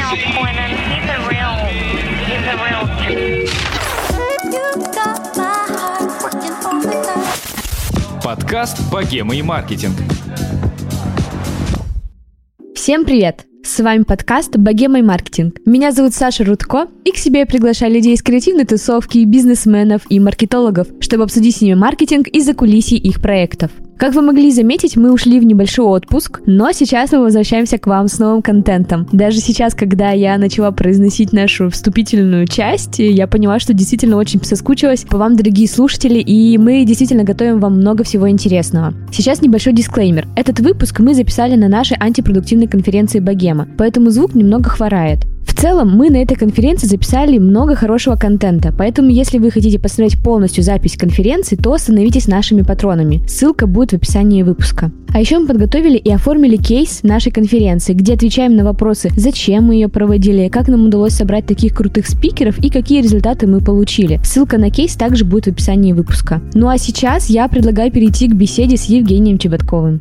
Al Quinnan. He's a real. Подкаст «Богема и маркетинг». Всем привет! С вами подкаст «Богема и маркетинг». Меня зовут Саша Рудко, и к себе я приглашаю людей из креативной тусовки, бизнесменов и маркетологов, чтобы обсудить с ними маркетинг и закулисье их проектов. Как вы могли заметить, мы ушли в небольшой отпуск, но сейчас мы возвращаемся к вам с новым контентом. Даже сейчас, когда я начала произносить нашу вступительную часть, я поняла, что действительно очень соскучилась по вам, дорогие слушатели, и мы действительно готовим вам много всего интересного. Сейчас небольшой дисклеймер. Этот выпуск мы записали на нашей антипродуктивной конференции «Богема», поэтому звук немного хворает. В целом, мы на этой конференции записали много хорошего контента, поэтому если вы хотите посмотреть полностью запись конференции, то становитесь нашими патронами. Ссылка будет в описании выпуска. А еще мы подготовили и оформили кейс нашей конференции, где отвечаем на вопросы, зачем мы ее проводили, как нам удалось собрать таких крутых спикеров и какие результаты мы получили. Ссылка на кейс также будет в описании выпуска. Ну а сейчас я предлагаю перейти к беседе с Евгением Чеботковым.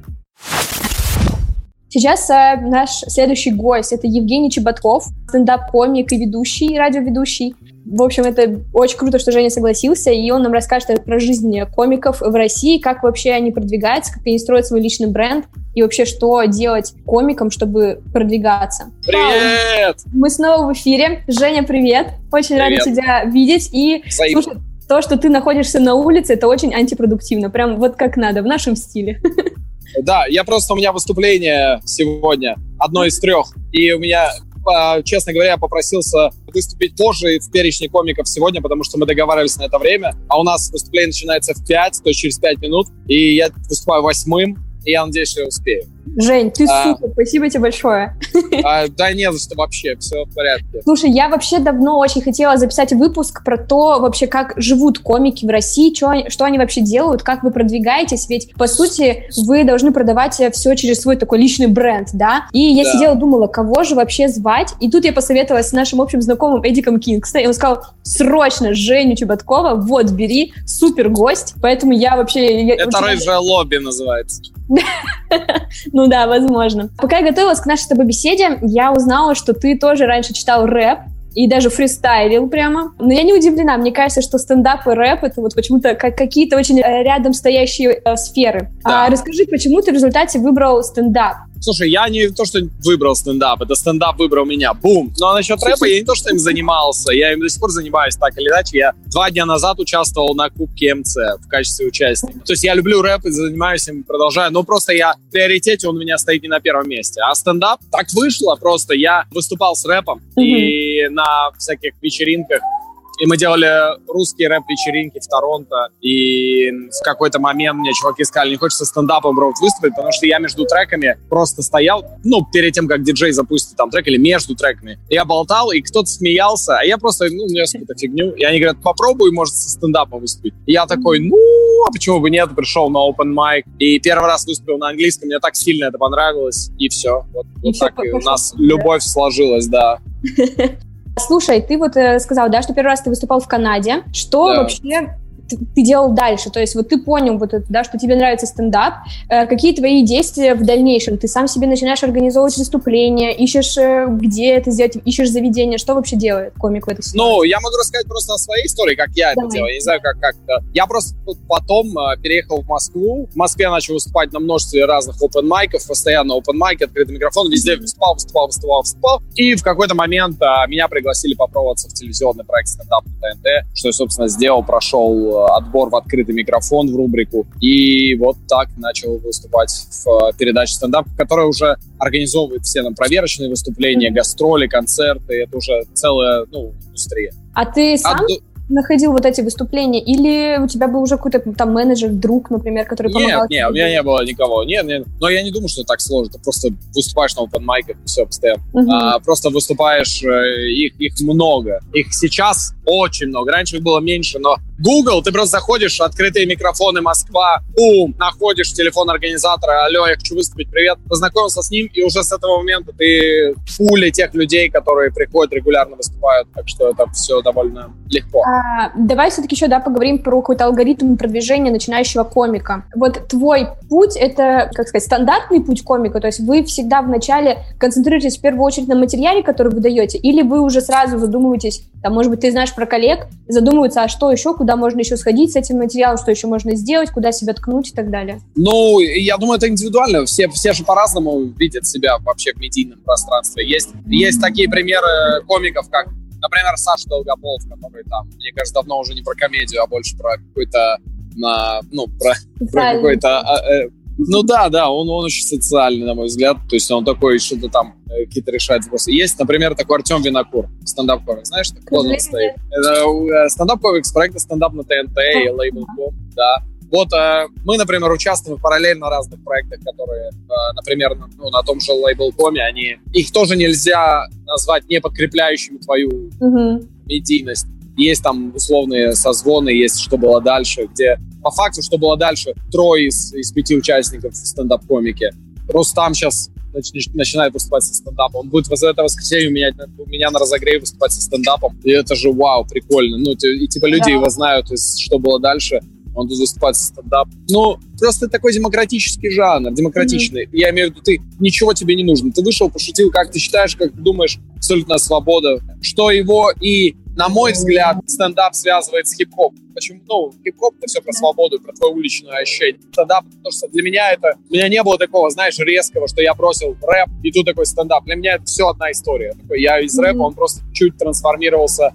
Сейчас наш следующий гость — это Евгений Чеботков, стендап-комик и ведущий, радиоведущий. В общем, это очень круто, что Женя согласился, и он нам расскажет про жизнь комиков в России, как вообще они продвигаются, как они строят свой личный бренд, и вообще, что делать комикам, чтобы продвигаться. Привет! Мы снова в эфире. Женя, привет! Очень рада тебя видеть. И слушай, то, что ты находишься на улице, это очень антипродуктивно. Прям вот как надо, в нашем стиле. Да, у меня выступление сегодня, одно из 3, и у меня, честно говоря, я попросился выступить позже в перечне комиков сегодня, потому что мы договаривались на это время, а у нас выступление начинается в 5, то есть через 5 минут, и я выступаю 8-м, и я надеюсь, что я успею. Жень, ты супер, спасибо тебе большое. Да не за что вообще, все в порядке. Слушай, я вообще давно очень хотела записать выпуск про то, вообще, как живут комики в России, что они вообще делают, как вы продвигаетесь, ведь, по сути, вы должны продавать все через свой такой личный бренд, да? И я сидела, думала, кого же вообще звать, и тут я посоветовалась с нашим общим знакомым Эдиком Кингстоном, и он сказал, срочно Женю Чеботкова, вот, бери, супер гость, поэтому я вообще... Это рыжее лобби называется. Ну да, возможно. Пока я готовилась к нашей с тобой беседе, я узнала, что ты тоже раньше читал рэп и даже фристайлил прямо. Но я не удивлена. Мне кажется, что стендап и рэп — это вот почему-то какие-то очень рядом стоящие сферы. Да. Расскажи, почему ты в результате выбрал стендап? Слушай, я не то, что выбрал стендап, это стендап выбрал меня. Бум! Ну, а насчет рэпа я не то, что им занимался, я им до сих пор занимаюсь так или иначе. Я 2 дня назад участвовал на Кубке МЦ в качестве участника. То есть я люблю рэп и занимаюсь им, продолжаю, но просто в приоритете он у меня стоит не на первом месте. А стендап так вышло просто. Я выступал с рэпом и на всяких вечеринках. И мы делали русские рэп-вечеринки в Торонто, и в какой-то момент мне чуваки сказали, не хочется стендапом, бро, выступить, потому что я между треками просто стоял, перед тем, как диджей запустит там трек, или между треками. Я болтал, и кто-то смеялся, а я просто, нес какую-то фигню. И они говорят, попробуй, может, со стендапом выступить. И я такой, а почему бы нет, пришел на open mic, и первый раз выступил на английском, мне так сильно это понравилось, и все. Вот так и у нас любовь сложилась, да. Слушай, ты вот сказал, да, что первый раз ты выступал в Канаде. Что вообще ты делал дальше? То есть вот ты понял вот это, да, что тебе нравится стендап. Какие твои действия в дальнейшем? Ты сам себе начинаешь организовывать выступления, ищешь, где это сделать, ищешь заведение. Что вообще делает комик в этой ситуации? Я могу рассказать просто о своей истории, как я это делаю. Я не знаю, как это. Я просто потом переехал в Москву. В Москве начал выступать на множестве разных open-майков, постоянно open-майк, открытый микрофон, везде выступал. И в какой-то момент меня пригласили попробоваться в телевизионный проект стендап на ТНТ, что я, собственно, сделал, прошел отбор в открытый микрофон в рубрику. И вот так начал выступать в передаче стендап, которая уже организовывает все проверочные выступления, гастроли, концерты. Это уже целая индустрия. А ты сам находил вот эти выступления? Или у тебя был уже какой-то там менеджер, друг, например, который помогал? Нет, у меня не было никого. Нет. Но я не думаю, что это так сложно. Ты просто выступаешь на open-майках, и все, постоянно. Просто выступаешь, их много. Их сейчас очень много. Раньше их было меньше, но Google, ты просто заходишь, открытые микрофоны, Москва, бум, находишь телефон организатора, алло, я хочу выступить, привет, познакомился с ним, и уже с этого момента ты в пуле тех людей, которые приходят, регулярно выступают, так что это все довольно легко. Давай все-таки еще, поговорим про какой-то алгоритм продвижения начинающего комика. Вот твой путь — это, как сказать, стандартный путь комика, то есть вы всегда вначале концентрируетесь в первую очередь на материале, который вы даете, или вы уже сразу задумываетесь, там, может быть, ты знаешь про коллег, задумываются, а что еще, куда можно еще сходить с этим материалом, что еще можно сделать, куда себя ткнуть и так далее? Ну, я думаю, это индивидуально. Все же по-разному видят себя вообще в медийном пространстве. Есть такие примеры комиков, как, например, Саша Долгополов, который там, мне кажется, давно уже не про комедию, а больше про какой-то, про какой-то... Ну да, он очень социальный, на мой взгляд. То есть он такой, что-то там какие-то решает вопросы. Есть, например, такой Артем Винокур, стендап-комик. Знаешь, кто он стоит? Это стендап-комик с проекта «Стендап» на ТНТ и Label.com, да. Вот мы, например, участвуем параллельно в разных проектах, которые, например, на том же Label.com, их тоже нельзя назвать не подкрепляющими твою медийность. Есть там условные созвоны, есть «Что было дальше», где по факту «Что было дальше» 3 из 5 участников в стендап-комике. Рустам сейчас начинает выступать со стендапом. Он будет в это воскресенье у меня на разогреве выступать со стендапом. И это же вау, прикольно. Ну, и типа люди его знают, «Что было дальше». Он будет выступать со стендапом. Ну, просто такой демократический жанр, демократичный. Я имею в виду, ничего тебе не нужно. Ты вышел, пошутил, как ты считаешь, как ты думаешь, абсолютная свобода. Что его и, на мой взгляд, стендап связывает с хип-хопом. Почему? Ну, хип-хоп — это все про свободу, про твое уличное ощущение. Стендап, потому что для меня у меня не было такого, знаешь, резкого, что я бросил рэп, и тут такой стендап. Для меня это все одна история. Я из рэпа, он просто чуть трансформировался.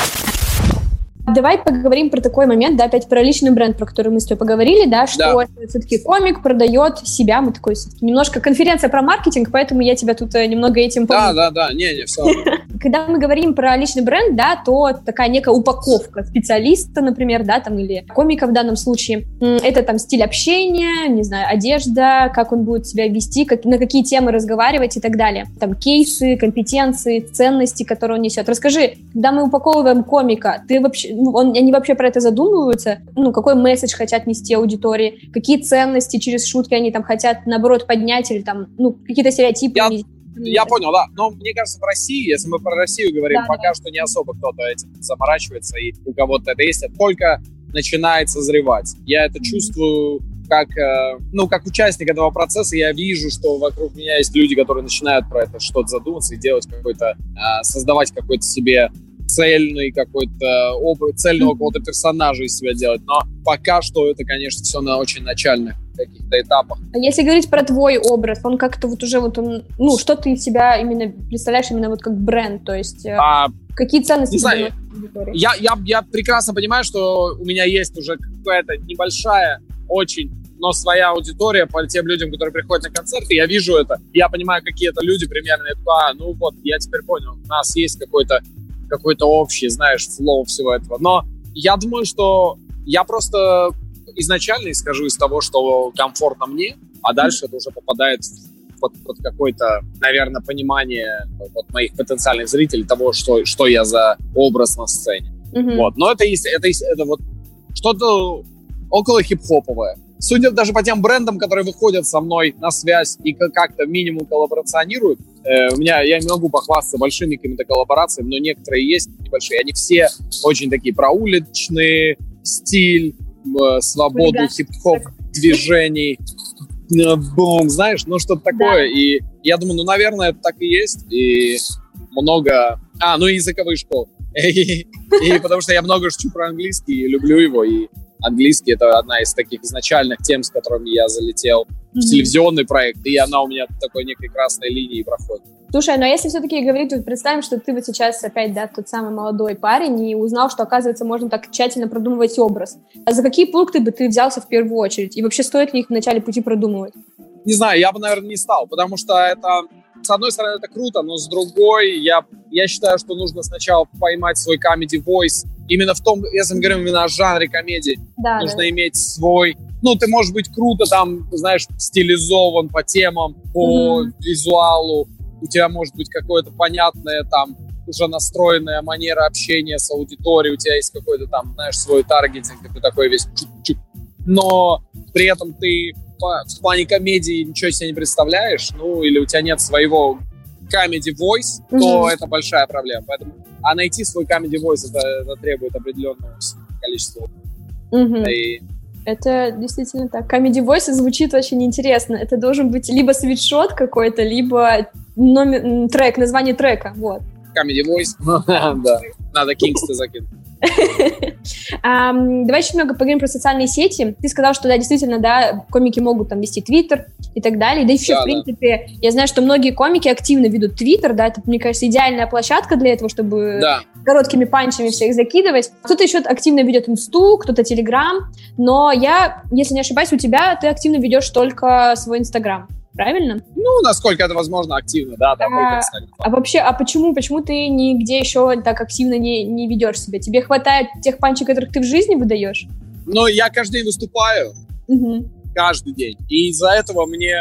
Давай поговорим про такой момент, опять про личный бренд, про который мы с тобой поговорили, что все-таки комик продает себя, мы такой все-таки немножко конференция про маркетинг, поэтому я тебя тут немного этим помню. Да, не, все. Когда мы говорим про личный бренд, то такая некая упаковка специалиста, например, там, или комика в данном случае, это там стиль общения, не знаю, одежда, как он будет себя вести, на какие темы разговаривать и так далее. Там кейсы, компетенции, ценности, которые он несет. Расскажи, когда мы упаковываем комика, они вообще про это задумываются? Какой месседж хотят нести аудитории? Какие ценности через шутки они там хотят, наоборот, поднять? Или там, какие-то стереотипы? Я понял, да. Но мне кажется, в России, если мы про Россию говорим, пока что не особо кто-то этим заморачивается, и у кого-то это есть. Это только начинает созревать. Я это чувствую как участник этого процесса. Я вижу, что вокруг меня есть люди, которые начинают про это что-то задуматься и делать создавать какой-то себе цельный какой-то образ, цельного какого-то персонажа из себя делать. Но пока что это, конечно, все на очень начальных каких-то этапах. А если говорить про твой образ, он как-то что ты из себя именно представляешь именно как бренд, то есть какие ценности? Не знаю, я прекрасно понимаю, что у меня есть уже какая-то небольшая, но своя аудитория по тем людям, которые приходят на концерты. Я вижу это, я понимаю, какие это люди примерно. Я теперь понял, у нас есть какой-то общий, знаешь, флоу всего этого. Но я думаю, что я просто изначально исхожу из того, что комфортно мне, а дальше это уже попадает под какое-то, наверное, понимание моих потенциальных зрителей того, что я за образ на сцене. Но это что-то около хип-хоповое. Судя даже по тем брендам, которые выходят со мной на связь и как-то минимум коллаборационируют, я не могу похвастаться большими какими-то коллаборациями, но некоторые есть небольшие. Они все очень такие проуличные, стиль, свободу, хип-хоп движений, бум, знаешь, что-то такое. И я думаю, наверное, это так и есть. И много... и языковые школы. И потому что я много шучу про английский и люблю его, и английский — это одна из таких изначальных тем, с которыми я залетел в телевизионный проект, и она у меня такой некой красной линией проходит. Слушай, но если все-таки говорить, представим, что ты сейчас опять, тот самый молодой парень, и узнал, что, оказывается, можно так тщательно продумывать образ. А за какие пункты бы ты взялся в первую очередь? И вообще, стоит ли их в начале пути продумывать? Не знаю, я бы, наверное, не стал, потому что это... С одной стороны, это круто, но с другой, я считаю, что нужно сначала поймать свой comedy voice. Именно в том, если мы говорим именно о жанре комедии, нужно иметь свой... ты можешь быть круто там, знаешь, стилизован по темам, по визуалу. У тебя может быть какое-то понятное там уже настроенная манера общения с аудиторией, у тебя есть какой-то там, знаешь, свой таргетинг, ты такой весь чук-чук. Но при этом ты в плане комедии ничего себе не представляешь, ну, или у тебя нет своего comedy voice, то это большая проблема. Поэтому, а найти свой comedy voice, это требует определенного количества. И... Это действительно так. Comedy voice звучит очень интересно. Это должен быть либо свитшот какой-то, либо трек, название трека, вот. Comedy voice, да, надо Кингста закинуть. Давай чуть немного поговорим про социальные сети. Ты сказал, что да, действительно, да, комики могут там вести Твиттер и так далее. Да и еще, в принципе, я знаю, что многие комики активно ведут Твиттер, да, это, мне кажется, идеальная площадка для этого, чтобы короткими панчами всех закидывать. Кто-то еще активно ведет Инсту, кто-то Телеграм, но я, если не ошибаюсь, у тебя ты активно ведешь только свой Инстаграм. Правильно? Ну, насколько это возможно, активно, да. А вообще, почему ты нигде еще так активно не ведешь себя? Тебе хватает тех панчей, которых ты в жизни выдаешь? Ну, я каждый день выступаю. Каждый день. И из-за этого мне,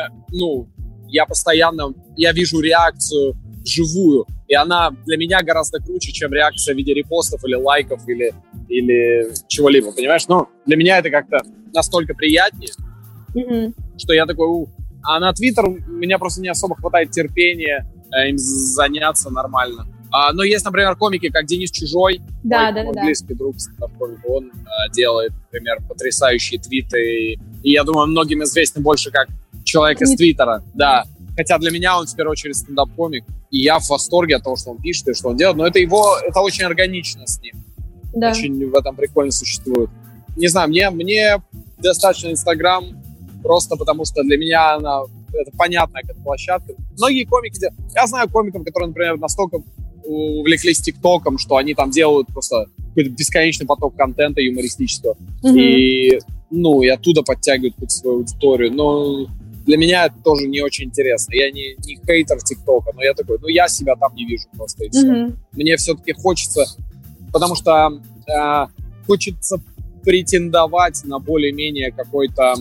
я вижу реакцию живую. И она для меня гораздо круче, чем реакция в виде репостов или лайков или чего-либо, понимаешь? Ну, для меня это как-то настолько приятнее, что я такой, А на Твиттер у меня просто не особо хватает терпения им заняться нормально. Но есть, например, комики, как Денис Чужой, мой близкий друг, он делает, например, потрясающие твиты. И я думаю, многим известен больше как человек из Твиттера. Да. Хотя для меня он в первую очередь стендап-комик. И я в восторге от того, что он пишет и что он делает. Но это очень органично с ним. Да. Очень в этом прикольно существует. Не знаю, мне достаточно Инстаграм, просто потому что для меня это понятная как площадка. Многие комики... Я знаю комиков, которые, например, настолько увлеклись ТикТоком, что они там делают просто какой-то бесконечный поток контента юмористического. И, оттуда подтягивают какую-то свою аудиторию. Но для меня это тоже не очень интересно. Я не хейтер ТикТока, но я такой, я себя там не вижу просто, и все. Мне все-таки хочется... Потому что хочется претендовать на более-менее какой-то...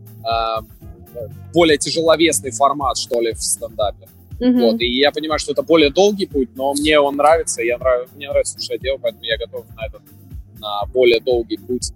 более тяжеловесный формат, что ли, в стендапе. Вот, и я понимаю, что это более долгий путь, но мне он нравится, мне нравится, что я делаю, поэтому я готов на более долгий путь.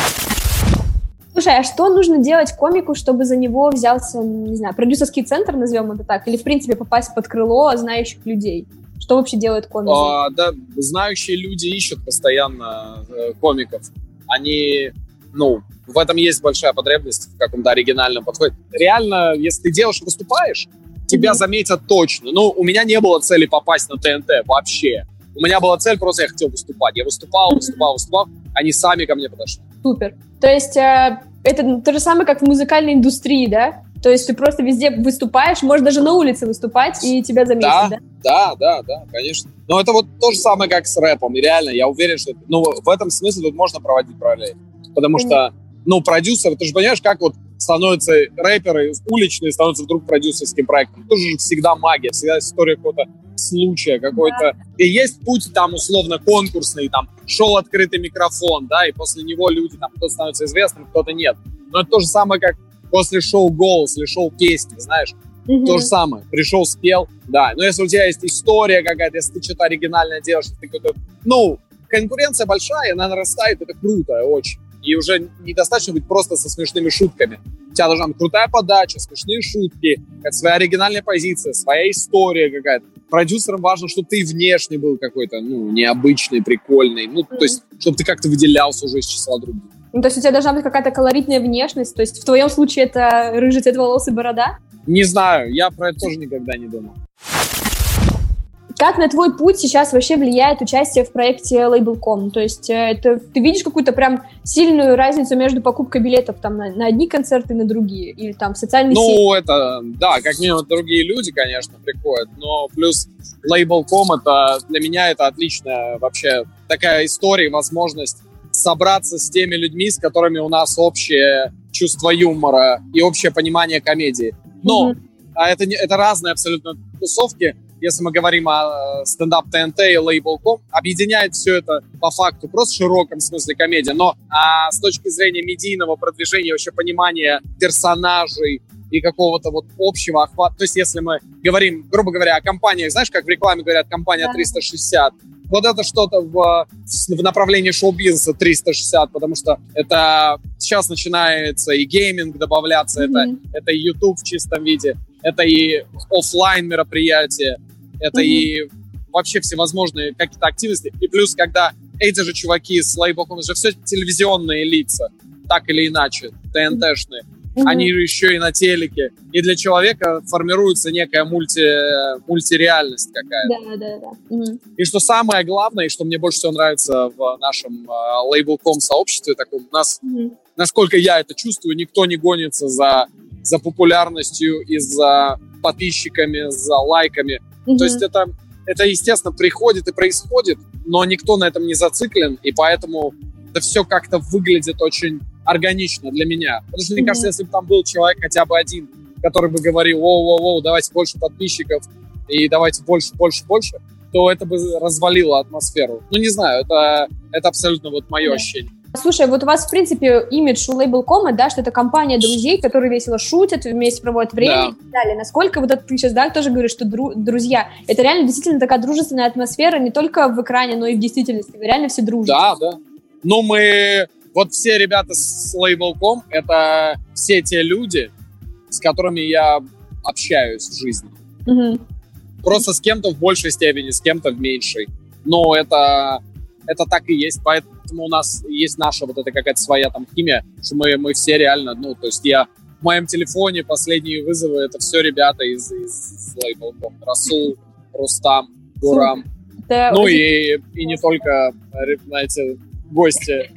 Слушай, а что нужно делать комику, чтобы за него взялся, не знаю, продюсерский центр, назовем это так, или, в принципе, попасть под крыло знающих людей? Что вообще делают комики? Да, знающие люди ищут постоянно комиков. Они... в этом есть большая потребность в каком-то оригинальном подходе. Реально, если ты делаешь и выступаешь, тебя заметят точно. У меня не было цели попасть на ТНТ вообще. У меня была цель, просто я хотел выступать. Я выступал, они сами ко мне подошли. Супер. То есть это то же самое, как в музыкальной индустрии, да? То есть ты просто везде выступаешь, можешь даже на улице выступать, и тебя заметят, да? Да, конечно. Но это вот то же самое, как с рэпом. И реально, я уверен, что... в этом смысле тут можно проводить параллель. Потому что, продюсер, ты же понимаешь, как вот становятся рэперы уличные, становятся вдруг продюсерским проектом. Это же всегда магия, всегда история какого-то случая, какой-то... И есть путь там условно конкурсный, там шел открытый микрофон, да, и после него люди, там, кто-то становится известным, кто-то нет. Но это то же самое, как после шоу «Голос» или шоу «Песни», знаешь. То же самое. Пришел, спел, да. Но если у тебя есть история какая-то, если ты что-то оригинальное делаешь, ты какой-то... конкуренция большая, она нарастает, это круто очень. И уже недостаточно быть просто со смешными шутками. У тебя должна быть крутая подача, смешные шутки, своя оригинальная позиция, своя история какая-то. Продюсерам важно, чтобы ты внешне был какой-то, необычный, прикольный. То есть, чтобы ты как-то выделялся уже из числа других. То есть у тебя должна быть какая-то колоритная внешность? То есть в твоем случае это рыжий цвет волос и борода? Не знаю, я про это тоже никогда не думал. Как на твой путь сейчас вообще влияет участие в проекте Label.com? То есть ты видишь какую-то прям сильную разницу между покупкой билетов там, на одни концерты и на другие? Или там в социальные сети? Как минимум другие люди, конечно, приходят. Но плюс Label.com для меня это отличная вообще такая история, возможность собраться с теми людьми, с которыми у нас общее чувство юмора и общее понимание комедии. Но это разные абсолютно тусовки. Если мы говорим о стендап ТНТ и Label.com, объединяет все это по факту просто в широком смысле комедия. Но с точки зрения медийного продвижения, вообще понимания персонажей, и какого-то вот общего охвата. То есть если мы говорим, грубо говоря, о компаниях, знаешь, как в рекламе говорят, компания 360, вот это что-то в направлении шоу-бизнеса 360, потому что это сейчас начинается и гейминг добавляться, это и YouTube в чистом виде, это и офлайн мероприятия, это и вообще всевозможные какие-то активности. И плюс, когда эти же чуваки с лейбл.com, же все телевизионные лица, так или иначе, ТНТшные, они еще и на телеке. И для человека формируется некая мультиреальность какая-то. Да. И что самое главное, и что мне больше всего нравится в нашем Label.com сообществе, таком, у нас, насколько я это чувствую, никто не гонится за популярностью и за подписчиками, за лайками. То есть это, естественно, приходит и происходит, но никто на этом не зациклен, и поэтому это все как-то выглядит очень органично для меня. Потому что, мне кажется, если бы там был человек хотя бы один, который бы говорил: воу, давайте больше подписчиков и давайте больше, то это бы развалило атмосферу. Ну, не знаю, это абсолютно вот мое ощущение. Слушай, вот у вас, в принципе, имидж у Label.com, да, что это компания друзей, которые весело шутят, вместе проводят время и так далее. Насколько вот это ты сейчас, да, тоже говоришь, что друзья, это реально действительно такая дружественная атмосфера не только в экране, но и в действительности. Вы реально все дружите. Да. Ну, вот все ребята с Label.com, это все те люди, с которыми я общаюсь в жизни. Просто с кем-то в большей степени, с кем-то в меньшей. Но это так и есть, поэтому у нас есть наша вот эта какая-то своя там химия, что мы все реально, ну, то есть в моем телефоне последние вызовы, это все ребята из Label.com. Расул, Рустам, Гурам. Да, ну и не только, знаете, гости.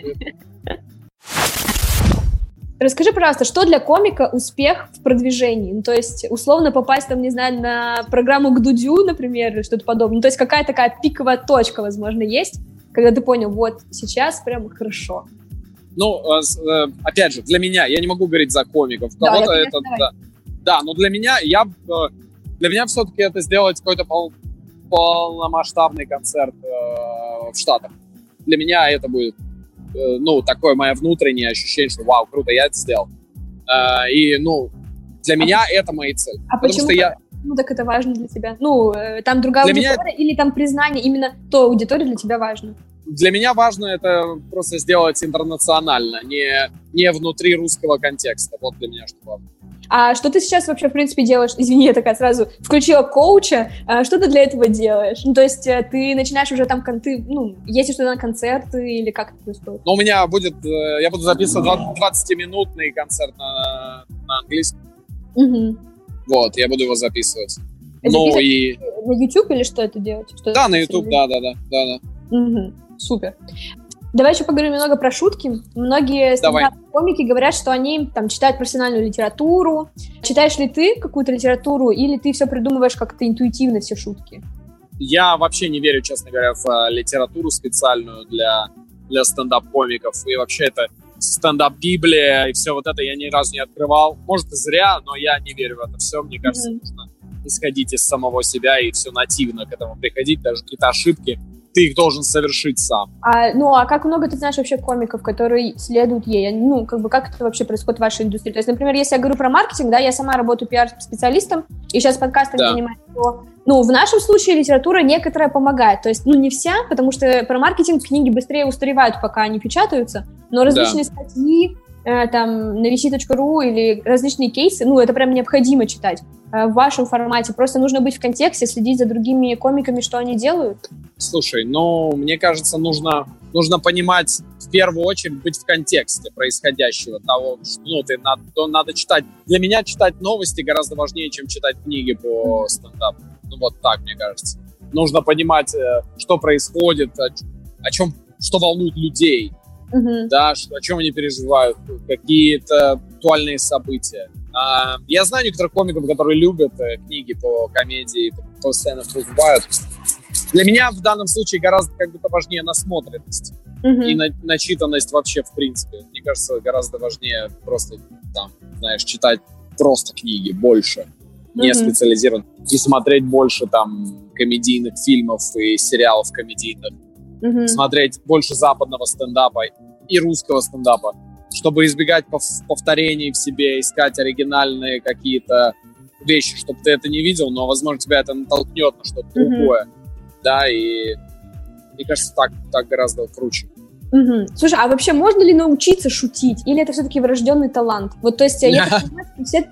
Расскажи, пожалуйста, что для комика успех в продвижении? Ну, то есть, условно, попасть, там, не знаю, на программу к Дудю, например, или что-то подобное. Ну, то есть, какая такая пиковая точка, возможно, есть, когда ты понял, вот, сейчас прям хорошо. Ну, опять же, для меня, я не могу говорить за комиков. Кого-то это... Да, но для меня все-таки это сделать какой-то полномасштабный концерт в Штатах. Для меня это будет, такое мое внутреннее ощущение, что вау, круто, я это сделал. И, для меня это мои цели. А почему? Ну, так это важно для тебя? Ну, там другая аудитория или там признание именно той аудитории для тебя важно? Для меня важно это просто сделать интернационально, не внутри русского контекста. Вот для меня что важно. А что ты сейчас вообще, в принципе, делаешь? Извини, я такая сразу включила коуча. Что ты для этого делаешь? Ну, то есть ты начинаешь уже там, ездишь туда на концерты или как это происходит? Ну, у меня я буду записывать 20-минутный концерт на английском. Вот, я буду его записывать. И на YouTube или что это делать? Да, на YouTube, да. Супер. Давай еще поговорим немного про шутки. Многие стендап-комики говорят, что они там читают профессиональную литературу. Читаешь ли ты какую-то литературу или ты все придумываешь как-то интуитивно, все шутки? Я вообще не верю, честно говоря, в литературу специальную для стендап-комиков. И вообще это стендап-библия и все вот это я ни разу не открывал. Может, и зря, но я не верю в это все. Мне кажется, нужно исходить из самого себя и все нативно к этому приходить. Даже какие-то ошибки ты их должен совершить сам. А как много ты знаешь вообще комиков, которые следуют ей? Как это вообще происходит в вашей индустрии? То есть, например, если я говорю про маркетинг, да, я сама работаю пиар-специалистом, и сейчас подкастом занимаюсь, то, в нашем случае литература некоторая помогает. То есть, не вся, потому что про маркетинг книги быстрее устаревают, пока они печатаются, но различные статьи, там, на vc.ru или различные кейсы, это прям необходимо читать в вашем формате. Просто нужно быть в контексте, следить за другими комиками, что они делают. Слушай, мне кажется, нужно понимать, в первую очередь, быть в контексте происходящего того, что надо читать. Для меня читать новости гораздо важнее, чем читать книги по стендапу. Вот так, мне кажется. Нужно понимать, что происходит, что волнует людей. Да, о чем они переживают, какие-то актуальные события. Я знаю некоторых комиков, которые любят книги по комедии, постоянно покупают. Для меня в данном случае гораздо важнее насмотренность и начитанность вообще в принципе. Мне кажется, гораздо важнее просто читать просто книги больше, не специализированно, и смотреть больше комедийных фильмов и сериалов комедийных. Смотреть больше западного стендапа и русского стендапа, чтобы избегать повторений в себе, искать оригинальные какие-то вещи, чтобы ты это не видел, но, возможно, тебя это натолкнет на что-то другое. Да, и мне кажется, так гораздо круче. Слушай, а вообще можно ли научиться шутить? Или это все-таки врожденный талант? Вот, то есть, я так понимаю, что все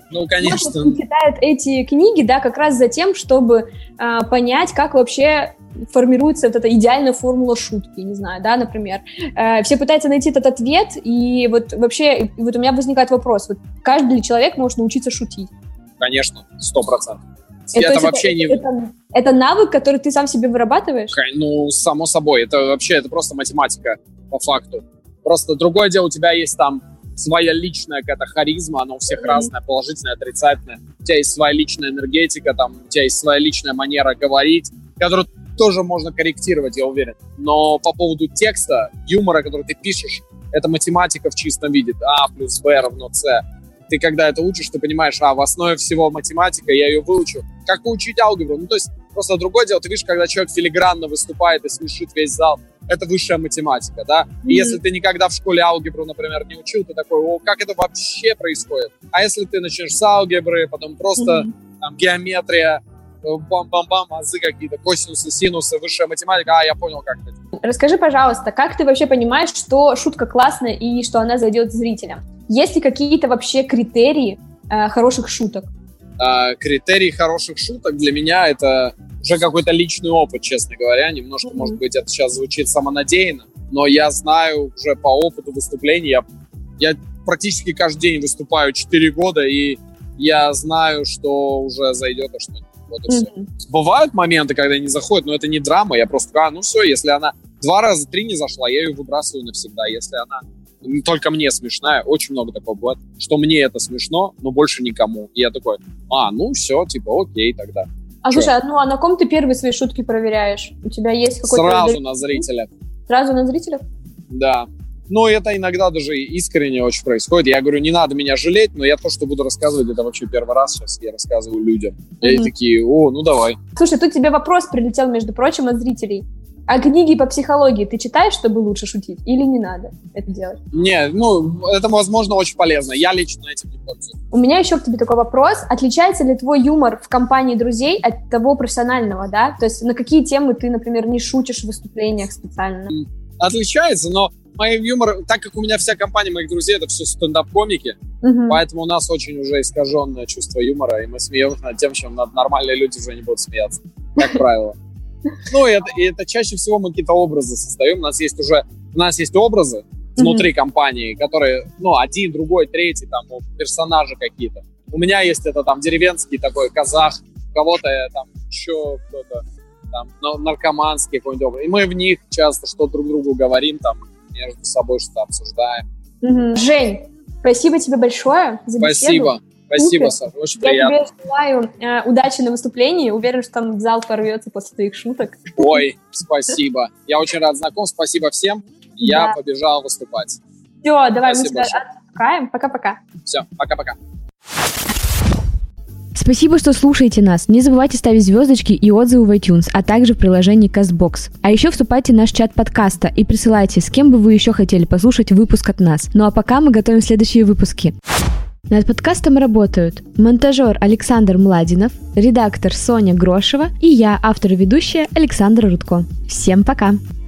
читают эти книги, да, как раз за тем, чтобы понять, как вообще формируется вот эта идеальная формула шутки, не знаю, да, например. Все пытаются найти этот ответ, и вот вообще, вот у меня возникает вопрос, вот каждый ли человек может научиться шутить? Конечно, 100%. Это вообще не... Это навык, который ты сам себе вырабатываешь? Ну, само собой. Это просто математика по факту. Просто другое дело, у тебя есть там своя личная какая-то харизма, она у всех разная, положительная, отрицательная. У тебя есть своя личная энергетика, там, у тебя есть своя личная манера говорить, которую тоже можно корректировать, я уверен. Но по поводу текста, юмора, который ты пишешь, это математика в чистом виде. А плюс Б равно С. Ты когда это учишь, ты понимаешь, в основе всего математика, я ее выучу. Как учить алгебру? Ну, то есть, просто другое дело, ты видишь, когда человек филигранно выступает и смешит весь зал, это высшая математика, да? И если ты никогда в школе алгебру, например, не учил, ты такой, как это вообще происходит? А если ты начнешь с алгебры, потом просто там геометрия, бам-бам-бам, азы какие-то, косинусы, синусы, высшая математика, я понял, как это. Расскажи, пожалуйста, как ты вообще понимаешь, что шутка классная и что она зайдет зрителям? Есть ли какие-то вообще критерии хороших шуток? Критерии хороших шуток для меня это уже какой-то личный опыт, честно говоря. Немножко, может быть, это сейчас звучит самонадеянно, но я знаю уже по опыту выступлений, я практически каждый день выступаю 4 года, и я знаю, что уже зайдет, а что нет. Вот и все. Бывают моменты, когда не заходит, но это не драма, я просто все, если она 2 раза, 3 не зашла, я ее выбрасываю навсегда. Если она только мне смешная, очень много такого бывает, что мне это смешно, но больше никому. И я такой, все, окей тогда. Слушай, а на ком ты первые свои шутки проверяешь? У тебя есть какой-то... Сразу на зрителях. Сразу на зрителях? Да. Но это иногда даже искренне очень происходит. Я говорю, не надо меня жалеть, но я то, что буду рассказывать, это вообще первый раз сейчас я рассказываю людям. И они такие, давай. Слушай, тут тебе вопрос прилетел, между прочим, от зрителей. А книги по психологии ты читаешь, чтобы лучше шутить? Или не надо это делать? Не, это, возможно, очень полезно. Я лично этим не пользуюсь. У меня еще к тебе такой вопрос. Отличается ли твой юмор в компании друзей от того профессионального, да? То есть на какие темы ты, например, не шутишь в выступлениях специально? Отличается, но мой юмор, так как у меня вся компания моих друзей, это все стендап-комики, поэтому у нас очень уже искаженное чувство юмора, и мы смеемся над тем, чем нормальные люди уже не будут смеяться, как правило. Это чаще всего мы какие-то образы создаем. У нас есть образы внутри компании, которые, один, другой, третий, там, персонажи какие-то. У меня есть это там деревенский такой казах, у кого-то там еще кто-то там наркоманский какой-нибудь образ. И мы в них часто что друг другу говорим, там, между собой что-то обсуждаем. Жень, спасибо тебе большое за беседу. Спасибо, Саша, очень приятно. Я тебе желаю удачи на выступлении. Уверен, что там зал порвется после твоих шуток. Ой, спасибо. Я очень рад знакомству. Спасибо всем. Я побежал выступать. Все, давай мы тебя отпускаем. Пока-пока. Все, пока-пока. Спасибо, что слушаете нас. Не забывайте ставить звездочки и отзывы в iTunes, а также в приложении CastBox. А еще вступайте в наш чат подкаста и присылайте, с кем бы вы еще хотели послушать выпуск от нас. Ну а пока мы готовим следующие выпуски. Над подкастом работают монтажер Александр Младинов, редактор Соня Грошева и я, автор и ведущая Александра Рудко. Всем пока!